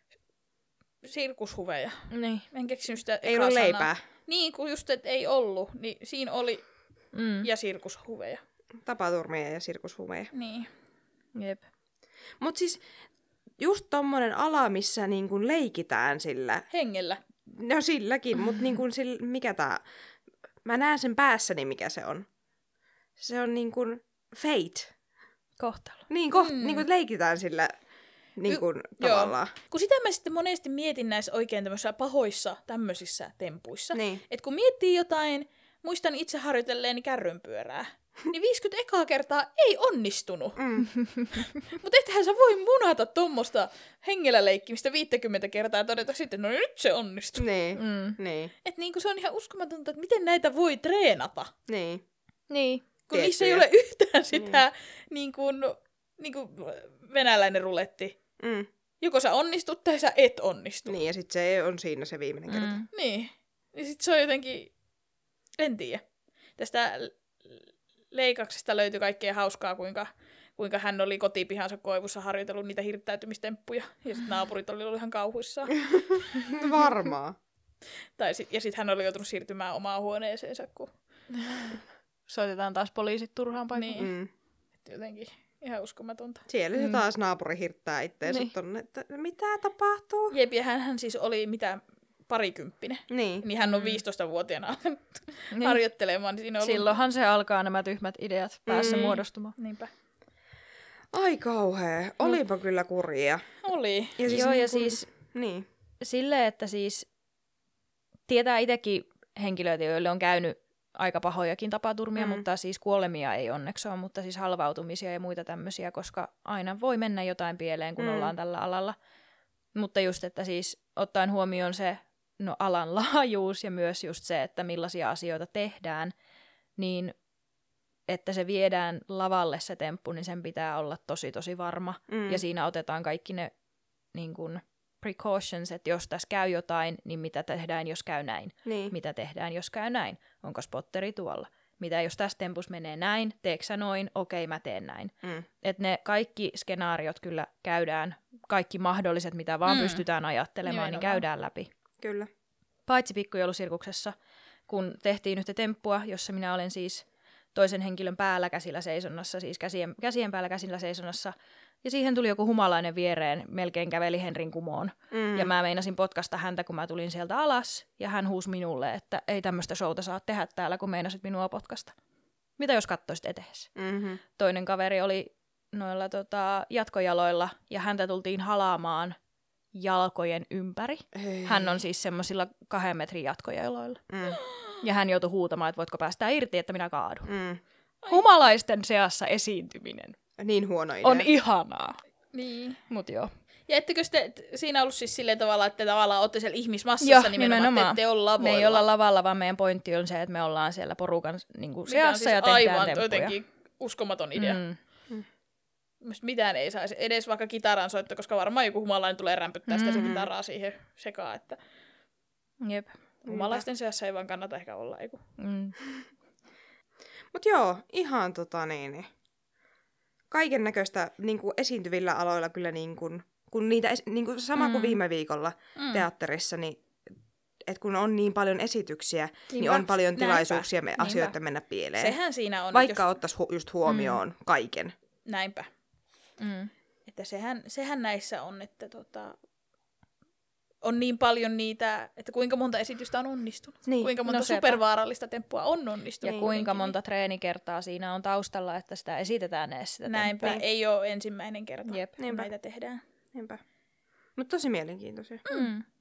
sirkushuveja. Niin. En keksinyt sitä ei ollut leipää. Niin, kun just, että ei ollut, niin siinä oli ja sirkushuveja. Tapaturmia ja sirkushuveja. Niin. Jep. Mut siis just tommonen ala, missä niinku leikitään sillä. Hengellä. No silläkin, mut niinku sillä, mikä tää... Mä näen sen päässäni, mikä se on. Se on niinku fate. Kohtalo. Niin, niinku leikitään sillä niinku tavallaan. Kun sitä mä sitten monesti mietin näissä oikein tämmöisissä pahoissa tämmöisissä tempuissa. Niin. Että kun miettii jotain, muistan itse harjoitelleeni kärrynpyörää, niin 50 ekaa kertaa ei onnistunut. Mutta ethän sä voi munata tommosta hengellä leikkimistä 50 kertaa ja todeta sitten, no nyt se onnistuu. Niin. Että niinku se on ihan uskomatonta, että miten näitä voi treenata. Niin. Kun niissä ei ole yhtään sitä niin kuin venäläinen ruletti. Joko sä onnistut tai sä et onnistu. Niin, ja sit se on siinä se viimeinen kerta. Niin. Ja sit se on jotenkin, en tiedä. Tästä Leikaksesta löytyi kaikkea hauskaa, kuinka hän oli kotipihansa koivussa harjoitellut niitä hirttäytymistemppuja. Ja sit naapurit oli ollut ihan kauhuissaan. Varmaan. Ja sit hän oli joutunut siirtymään omaan huoneeseensa, kun... Soitetaan taas poliisit turhaan paikkaan. Niin. Jotenkin ihan uskomatonta. Siellä se taas naapuri hirttää itteensä tonne, että mitä tapahtuu? Jep, ja hän siis oli parikymppinen. Niin hän on 15-vuotiaana harjoittelemaan. Niin siinä silloinhan se alkaa nämä tyhmät ideat päässä muodostumaan. Niinpä. Ai kauhea. Olipa kyllä kurjia. Oli. Ja siis, ja siis silleen, että siis tietää itsekin henkilöitä, joille on käynyt aika pahojakin tapaturmia, mutta siis kuolemia ei onneksi ole, mutta siis halvautumisia ja muita tämmöisiä, koska aina voi mennä jotain pieleen, kun ollaan tällä alalla. Mutta just, että siis ottaen huomioon se alan laajuus ja myös just se, että millaisia asioita tehdään, niin että se viedään lavalle se temppu, niin sen pitää olla tosi tosi varma. Ja siinä otetaan kaikki ne niin kuin precautions, että jos tässä käy jotain, niin mitä tehdään, jos käy näin? Niin. Mitä tehdään, jos käy näin? Onko spotteri tuolla? Mitä jos tässä tempus menee näin? Teekö sä noin? Okei, mä teen näin. Että ne kaikki skenaariot kyllä käydään, kaikki mahdolliset, mitä vaan pystytään ajattelemaan, niin käydään läpi. Kyllä. Paitsi pikkujoulusirkuksessa, kun tehtiin yhtä temppua, jossa minä olen siis toisen henkilön päällä käsillä seisonnassa, siis käsien päällä käsillä seisonnassa, ja siihen tuli joku humalainen viereen, melkein käveli Henrin kumoon. Ja mä meinasin potkasta häntä, kun mä tulin sieltä alas, ja hän huusi minulle, että ei tämmöistä showta saa tehdä täällä, kun meinasit minua potkasta. Mitä jos katsoisit etees? Toinen kaveri oli noilla jatkojaloilla, ja häntä tultiin halaamaan jalkojen ympäri. Hän on siis semmoisilla 2 metrin jatkojaloilla. Ja hän joutui huutamaan, että voitko päästää irti, että minä kaadun. Humalaisten seassa esiintyminen niin huono idea. On ihanaa. Niin. Mut joo. Ja ettekö siinä ollut siis silleen tavalla, että tavallaan olette siellä ihmismassassa nimenomaan, että ette ole lavoilla? Me ei olla lavalla, vaan meidän pointti on se, että me ollaan siellä porukan niin kuin seassa siis ja tehdään aivan temppuja. jotenkin uskomaton idea. Mitään ei saisi, edes vaikka kitaran soitto, koska varmaan joku humalainen tulee rämpyttää sitä se kitaraa siihen sekaan, että Jep. humalaisten seassa ei vaan kannata ehkä olla. Mut joo, ihan kaiken näköistä niinku esiintyvillä aloilla kyllä kun niitä niinku sama kuin viime viikolla teatterissa, niin et kun on niin paljon esityksiä, niin on paljon tilaisuuksia asioita mennä pieleen. Sehän siinä on. Vaikka ottaisi just huomioon kaiken. Näinpä. Että sehän näissä on, että on niin paljon niitä, että kuinka monta esitystä on onnistunut. Niin. Kuinka monta supervaarallista temppua on onnistunut. Ja kuinka monta treenikertaa siinä on taustalla, että sitä esitetään edes sitä Näinpä, temppua. ei ole ensimmäinen kerta, Jep. kun näitä tehdään. Niinpä. Mutta tosi mielenkiintoisia.